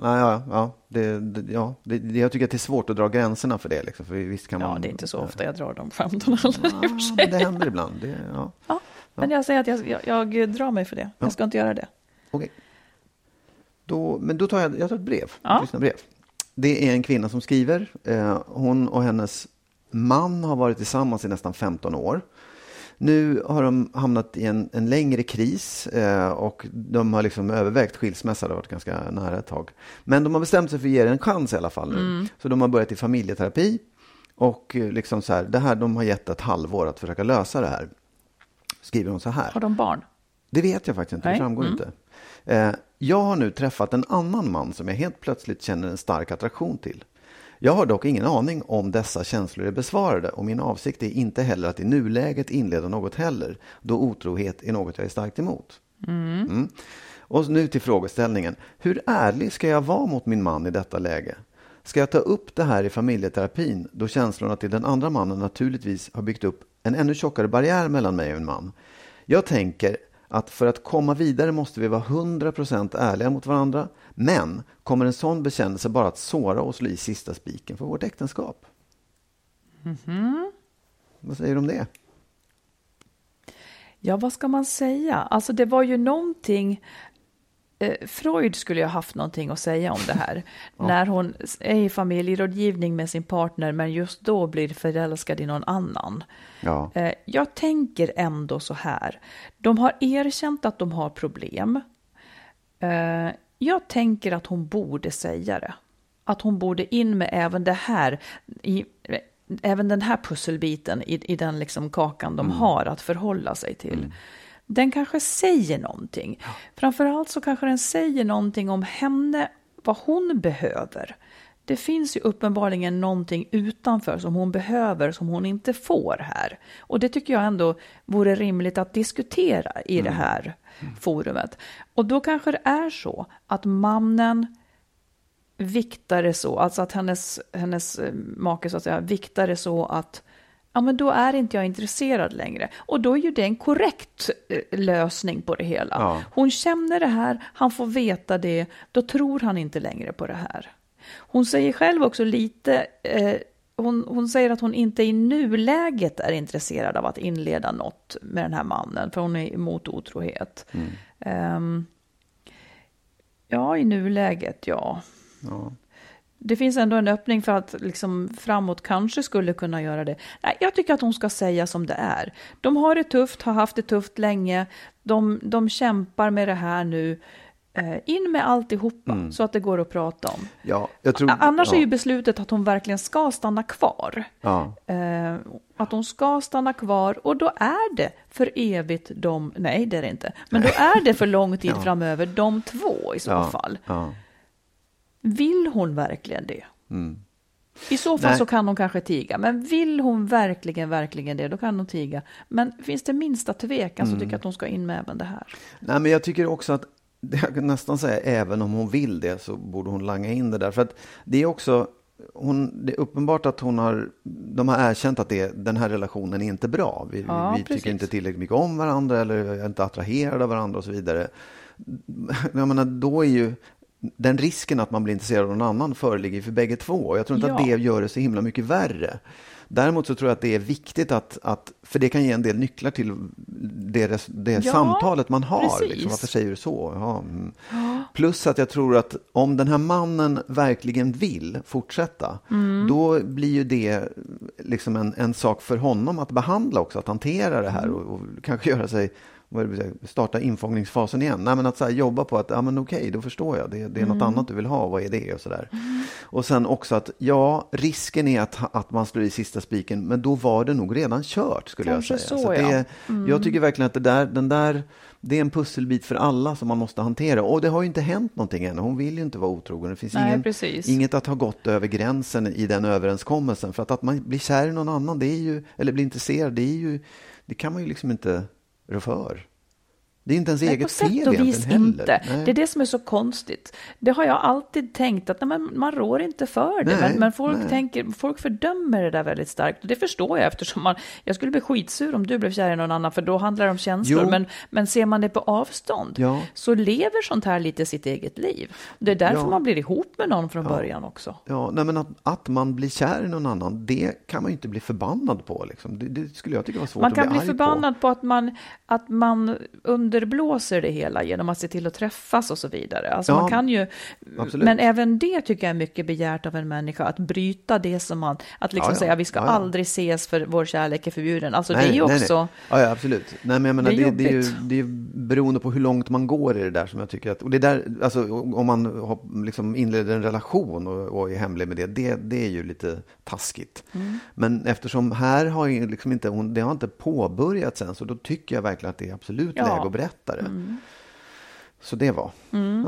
Jag tycker att det är svårt att dra gränserna för det. Liksom, för visst kan man, det är inte så ofta jag drar de skämten. Men det händer ibland. Men jag säger att jag drar mig för det. Jag ska inte göra det. Okej. Men då tar jag tar ett brev. Brev. Det är en kvinna som skriver. Hon och hennes man har varit tillsammans i nästan 15 år. Nu har de hamnat i en längre kris och de har liksom övervägt skilsmässa. Det har varit ganska nära ett tag. Men de har bestämt sig för att ge det en chans i alla fall nu. Så de har börjat i familjeterapi och liksom så här, de har gett ett halvår att försöka lösa det här. Skriver hon så här. Har de barn? Det vet jag faktiskt inte, det framgår inte. Jag har nu träffat en annan man som jag helt plötsligt känner en stark attraktion till. Jag har dock ingen aning om dessa känslor är besvarade och min avsikt är inte heller att i nuläget inleda något heller, då otrohet är något jag är starkt emot. Och nu till frågeställningen. Hur ärlig ska jag vara mot min man i detta läge? Ska jag ta upp det här i familjeterapin då känslorna till den andra mannen naturligtvis har byggt upp en ännu tjockare barriär mellan mig och en man? Jag tänker att för att komma vidare måste vi vara 100% ärliga mot varandra. Men kommer en sån bekännelse bara att såra och slå i sista spiken för vårt äktenskap? Vad säger du om det? Ja, vad ska man säga? Alltså det var ju någonting... Freud skulle ju ha haft någonting att säga om det här. När hon är i familjerådgivning med sin partner men just då blir förälskad i någon annan. Jag tänker ändå så här. De har erkänt att de har problem. Jag tänker att hon borde säga det. Att hon borde in med även det här även den här pusselbiten i den liksom kakan de har att förhålla sig till. Den kanske säger någonting. Framförallt så kanske den säger någonting om henne, vad hon behöver. Det finns ju uppenbarligen någonting utanför som hon behöver som hon inte får här. Och det tycker jag ändå vore rimligt att diskutera i det här forumet. Och då kanske det är så att mannen viktar det så, alltså att hennes make så att säga viktar det så att men då är inte jag intresserad längre. Och då är ju det en korrekt lösning på det hela. Hon känner det här, han får veta det, då tror han inte längre på det här. Hon säger själv också lite, hon säger att hon inte i nuläget är intresserad av att inleda något med den här mannen, för hon är emot otrohet. I nuläget, Det finns ändå en öppning för att liksom framåt kanske skulle kunna göra det. Nej, jag tycker att hon ska säga som det är. De har det tufft, har haft det tufft länge. De kämpar med det här nu. In med alltihopa så att det går att prata om. Annars är ju beslutet att hon verkligen ska stanna kvar. Att hon ska stanna kvar och då är det för evigt nej det är det inte. Men då är det för lång tid framöver de två i så fall. Vill hon verkligen det? I så fall så kan hon kanske tiga. Men vill hon verkligen det, då kan hon tiga. Men finns det minsta tvekan så tycker jag att hon ska in med även det här. Nej, men jag tycker också att jag kan nästan säga även om hon vill det så borde hon langa in det där. För att det är också, det är uppenbart att de har erkänt att den här relationen är inte bra. Vi tycker inte tillräckligt mycket om varandra eller är inte attraherade av varandra och så vidare. Jag menar, då är ju den risken att man blir intresserad av någon annan föreligger för bägge två. Jag tror inte att det gör det så himla mycket värre. Däremot så tror jag att det är viktigt att för det kan ge en del nycklar till det samtalet man har. Liksom, varför säger du så? Ja. Plus att jag tror att om den här mannen verkligen vill fortsätta, då blir ju det liksom en sak för honom att behandla också, att hantera det här och kanske göra sig, starta infångningsfasen igen. Nej, men att så här, jobba på att, ja men okej, då förstår jag. Det är något annat du vill ha, vad är det? Och sådär. Och sen också att, risken är att man slår i sista spiken, men då var det nog redan kört, skulle kanske jag säga. Så jag tycker verkligen att det är en pusselbit för alla som man måste hantera. Och det har ju inte hänt någonting än. Hon vill ju inte vara otrogen. Det finns inget att ha gått över gränsen i den överenskommelsen. För att man blir kär i någon annan, eller blir intresserad, det kan man ju liksom inte rå för. Det är inte ens eget fel egentligen inte. Det är det som är så konstigt. Det har jag alltid tänkt att man rår inte för det. Men folk fördömer det där väldigt starkt. Och det förstår jag eftersom jag skulle bli skitsur om du blev kär i någon annan, för då handlar det om känslor. Men ser man det på avstånd så lever sånt här lite sitt eget liv. Det är därför man blir ihop med någon från början också. Ja, men att man blir kär i någon annan, det kan man ju inte bli förbannad på. Liksom. Det skulle jag tycka var svårt man att bli arg på. Man kan bli förbannad på att man underblåser det hela genom att se till att träffas och så vidare. Alltså man kan ju, men även det tycker jag är mycket begärt av en människa, att bryta det som att liksom säga vi ska aldrig ses för vår kärlek är förbjuden. Alltså det är ju också... Ja, absolut. Nej, men jag menar, det är ju beroende på hur långt man går i det där som jag tycker att, och det där, alltså om man liksom inleder en relation och är hemlig med det är ju lite taskigt. Men eftersom här har ju liksom inte, det har inte påbörjats än, så då tycker jag verkligen att det är absolut läge att berätta det. Så det var.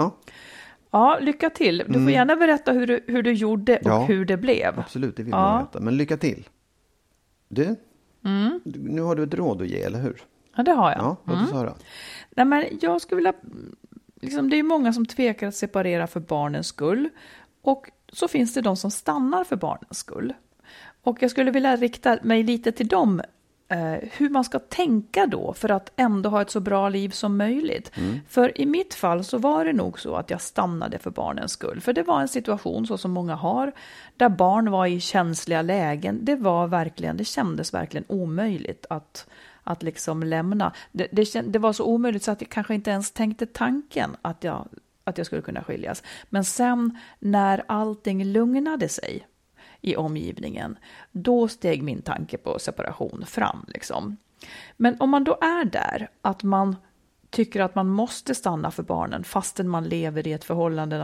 Ja, lycka till. Du får gärna berätta hur du gjorde och hur det blev. Absolut, det vill man veta. Men lycka till. Du, nu har du ett råd att ge, eller hur? Ja, det har jag. Ja, låt oss höra. Nej, men jag skulle vilja... Liksom, det är många som tvekar att separera för barnens skull. Och så finns det de som stannar för barnens skull. Och jag skulle vilja rikta mig lite till dem. Hur man ska tänka då för att ändå ha ett så bra liv som möjligt. För i mitt fall så var det nog så att jag stannade för barnens skull. För det var en situation så som många har, där barn var i känsliga lägen. Det kändes verkligen omöjligt att liksom lämna. Det var så omöjligt så att jag kanske inte ens tänkte tanken att jag skulle kunna skiljas. Men sen när allting lugnade sig i omgivningen, då steg min tanke på separation fram. Liksom. Men om man då är där, att man tycker att man måste stanna för barnen fastän man lever i ett förhållande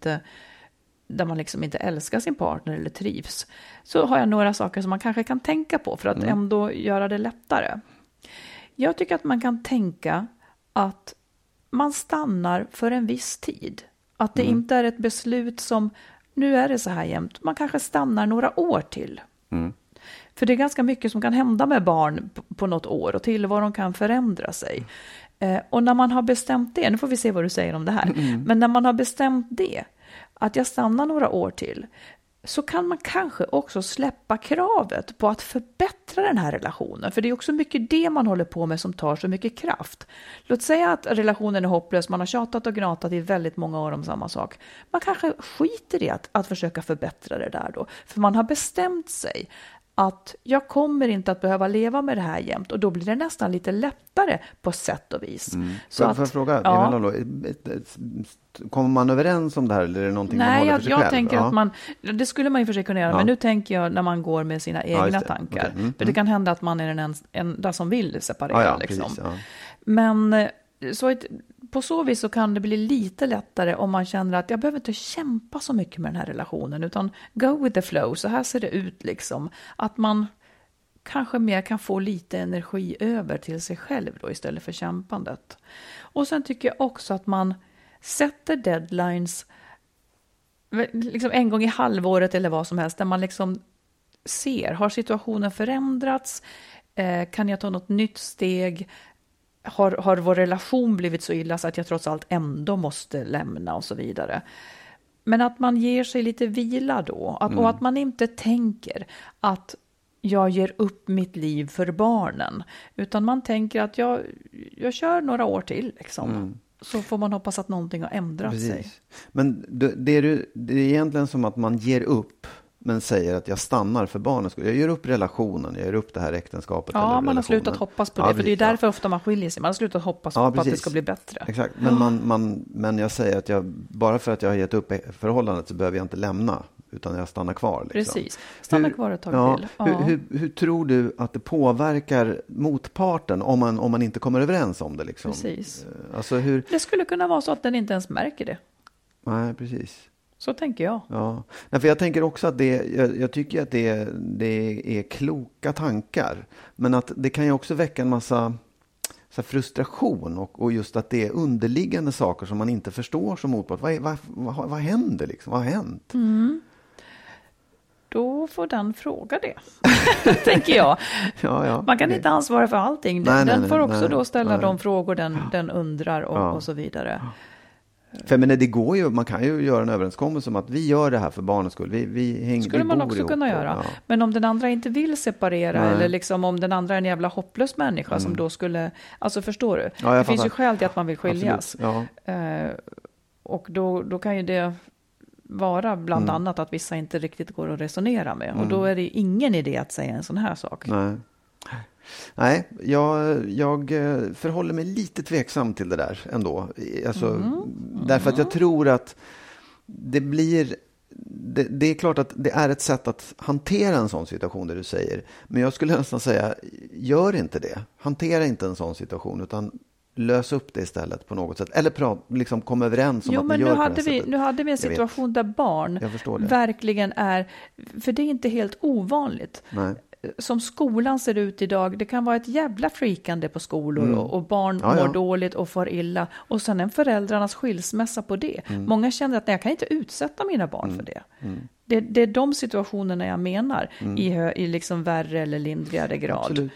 där man liksom inte älskar sin partner eller trivs, så har jag några saker som man kanske kan tänka på för att ändå göra det lättare. Jag tycker att man kan tänka att man stannar för en viss tid. Att det inte är ett beslut som nu är det så här jämt. Man kanske stannar några år till. För det är ganska mycket som kan hända med barn på något år och tillvaron kan förändra sig. Och när man har bestämt det, nu får vi se vad du säger om det här. Men när man har bestämt det, att jag stannar några år till, så kan man kanske också släppa kravet på att förbättra den här relationen. För det är också mycket det man håller på med som tar så mycket kraft. Låt säga att relationen är hopplös, man har tjatat och gnatat i väldigt många år om samma sak. Man kanske skiter i att försöka förbättra det där då. För man har bestämt sig att jag kommer inte att behöva leva med det här jämt, och då blir det nästan lite lättare på sätt och vis. Så får jag fråga, kommer man överens om det här eller är det någonting man håller för sig själv? Nej, jag tänker att det skulle man ju för sig kunna göra, men nu tänker jag när man går med sina egna tankar. Okay. För det kan hända att man är den enda som vill separera. Liksom. Precis, Men på så vis så kan det bli lite lättare om man känner att jag behöver inte kämpa så mycket med den här relationen, utan go with the flow, så här ser det ut liksom. Att man kanske mer kan få lite energi över till sig själv då istället för kämpandet. Och sen tycker jag också att man sätter deadlines liksom en gång i halvåret eller vad som helst, där man liksom ser, har situationen förändrats? Kan jag ta något nytt steg? har vår relation blivit så illa så att jag trots allt ändå måste lämna och så vidare. Men att man ger sig lite vila då. Och att man inte tänker att jag ger upp mitt liv för barnen. Utan man tänker att jag kör några år till liksom. Så får man hoppas att någonting har ändrat sig. Men det är egentligen som att man ger upp, men säger att jag stannar för barnens skull. Jag gör upp relationen, jag gör upp det här äktenskapet. Ja, eller man relationen. har slutat hoppas på det. För det är därför ofta man skiljer sig. Man har slutat hoppas på att det ska bli bättre. Exakt, men jag säger att bara för att jag har gett upp förhållandet så behöver jag inte lämna. Utan jag stannar kvar. Liksom. Precis, stanna kvar ett tag till. Ja. Hur tror du att det påverkar motparten om man inte kommer överens om det? Liksom? Precis. Alltså det skulle kunna vara så att den inte ens märker det. Nej, precis. Så tänker jag. Ja, för jag tänker också att jag tycker att det är kloka tankar. Men att det kan ju också väcka en massa frustration och just att det är underliggande saker som man inte förstår som motpart. Vad händer liksom? Vad har hänt? Då får den fråga det, tänker jag. Ja, man kan inte ansvara för allting. Den får också då ställa de frågor den undrar och så vidare. För men det går ju, man kan ju göra en överenskommelse om att vi gör det här för barnens skull. Skulle man också ihop kunna göra. Men om den andra inte vill separera eller liksom om den andra är en jävla hopplös människa som då skulle, alltså förstår du? Ja, det finns ju skäl till att man vill skiljas. Ja. Och då kan ju det vara bland annat att vissa inte riktigt går att resonera med. Och då är det ingen idé att säga en sån här sak. Nej, jag förhåller mig lite tveksam till det där ändå. Alltså, därför att jag tror att det blir... Det är klart att det är ett sätt att hantera en sån situation där du säger. Men jag skulle nästan säga, gör inte det. Hantera inte en sån situation utan lös upp det istället på något sätt. Eller liksom kom överens om att ni gör på det sättet. Nu hade vi en situation där barn verkligen är... För det är inte helt ovanligt. Nej. Som skolan ser ut idag, det kan vara ett jävla freakande på skolor och barn mår dåligt och får illa. Och sen en föräldrarnas skilsmässa på det. Många känner att jag kan inte utsätta mina barn för det. Det är de situationerna jag menar i liksom värre eller lindrigare grad. Absolut.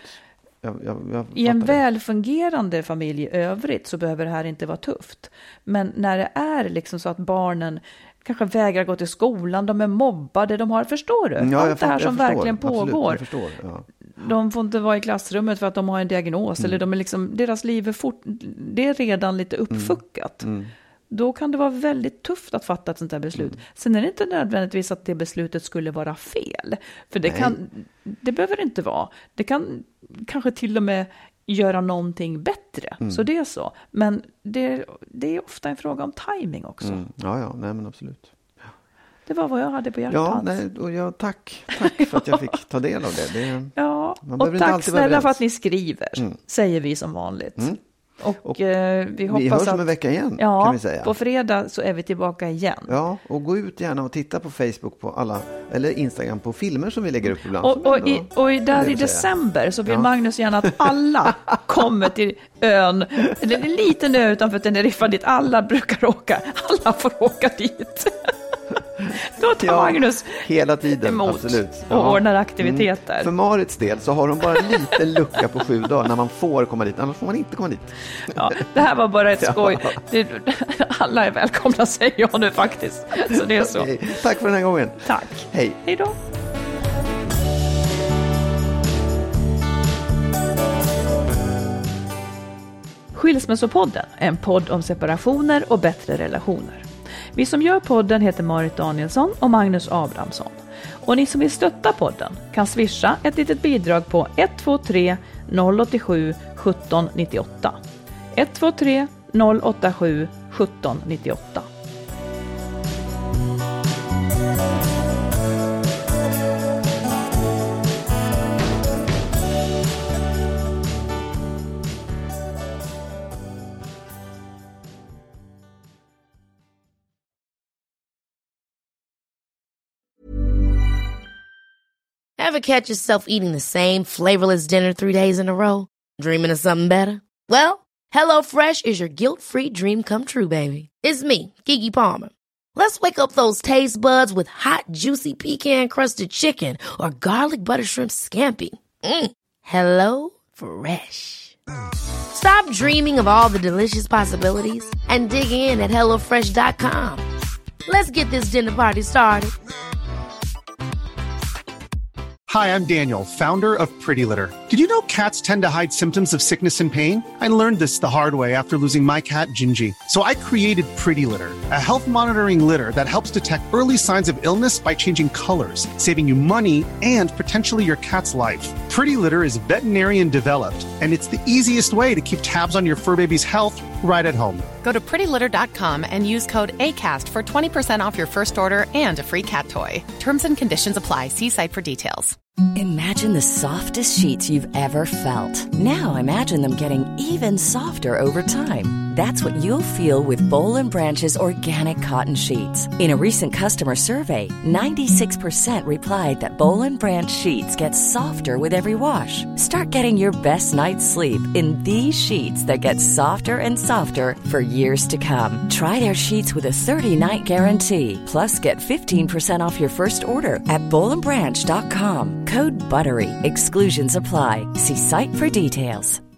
I en välfungerande familj i övrigt så behöver det här inte vara tufft. Men när det är liksom så att barnen kanske vägrar gå till skolan, de är mobbade, de har, förstår du? Allt det här som verkligen pågår. Absolut, De får inte vara i klassrummet för att de har en diagnos eller de är liksom, deras liv är det är redan lite uppfuckat. Då kan det vara väldigt tufft att fatta ett sånt här beslut. Sen är det inte nödvändigtvis att det beslutet skulle vara fel. För det behöver det inte vara. Det kan kanske till och med göra någonting bättre. Så det är så. Men det är ofta en fråga om timing också. Ja, nej men absolut. Det var vad jag hade på hjärtat. Och tack för att jag fick ta del av det. Och tack snälla för att ni skriver, säger vi som vanligt. Och vi hoppas vi hörs om en vecka igen, kan vi säga. På fredag så är vi tillbaka igen. Ja, och gå ut gärna och titta på Facebook på alla, eller Instagram på filmer som vi lägger upp ibland. Och där i december så vill Magnus gärna att alla kommer till ön, eller en liten ö utanför Teneriffa dit alla brukar åka. Alla får åka dit. Då tar Magnus hela tiden emot absolut. Och ordnar aktiviteter. För Marits del så har de bara en liten lucka på 7 dagar när man får komma dit, annars får man inte komma dit. Ja, det här var bara ett skoj. Alla är välkomna, säger jag nu faktiskt. Så det är så. Okay. Tack för den här gången. Tack. Hej. Hej då. Skilsmässopodden är en podd om separationer och bättre relationer. Vi som gör podden heter Marit Danielsson och Magnus Abrahamsson. Och ni som vill stötta podden kan swisha ett litet bidrag på 123 087 1798. 123 087 1798. Ever catch yourself eating the same flavorless dinner 3 days in a row? Dreaming of something better? Well, HelloFresh is your guilt-free dream come true, baby. It's me, Keke Palmer. Let's wake up those taste buds with hot, juicy pecan-crusted chicken or garlic butter shrimp scampi. Hello Fresh. Stop dreaming of all the delicious possibilities and dig in at HelloFresh.com. Let's get this dinner party started. Hi, I'm Daniel, founder of Pretty Litter. Did you know cats tend to hide symptoms of sickness and pain? I learned this the hard way after losing my cat, Gingy. So I created Pretty Litter, a health monitoring litter that helps detect early signs of illness by changing colors, saving you money and potentially your cat's life. Pretty Litter is veterinarian developed, and it's the easiest way to keep tabs on your fur baby's health right at home. Go to prettylitter.com and use code ACAST for 20% off your first order and a free cat toy. Terms and conditions apply. See site for details. Imagine the softest sheets you've ever felt. Now imagine them getting even softer over time. That's what you'll feel with Boll & Branch's organic cotton sheets. In a recent customer survey, 96% replied that Boll & Branch sheets get softer with every wash. Start getting your best night's sleep in these sheets that get softer and softer for years to come. Try their sheets with a 30-night guarantee. Plus, get 15% off your first order at bollandbranch.com. Code BUTTERY. Exclusions apply. See site for details.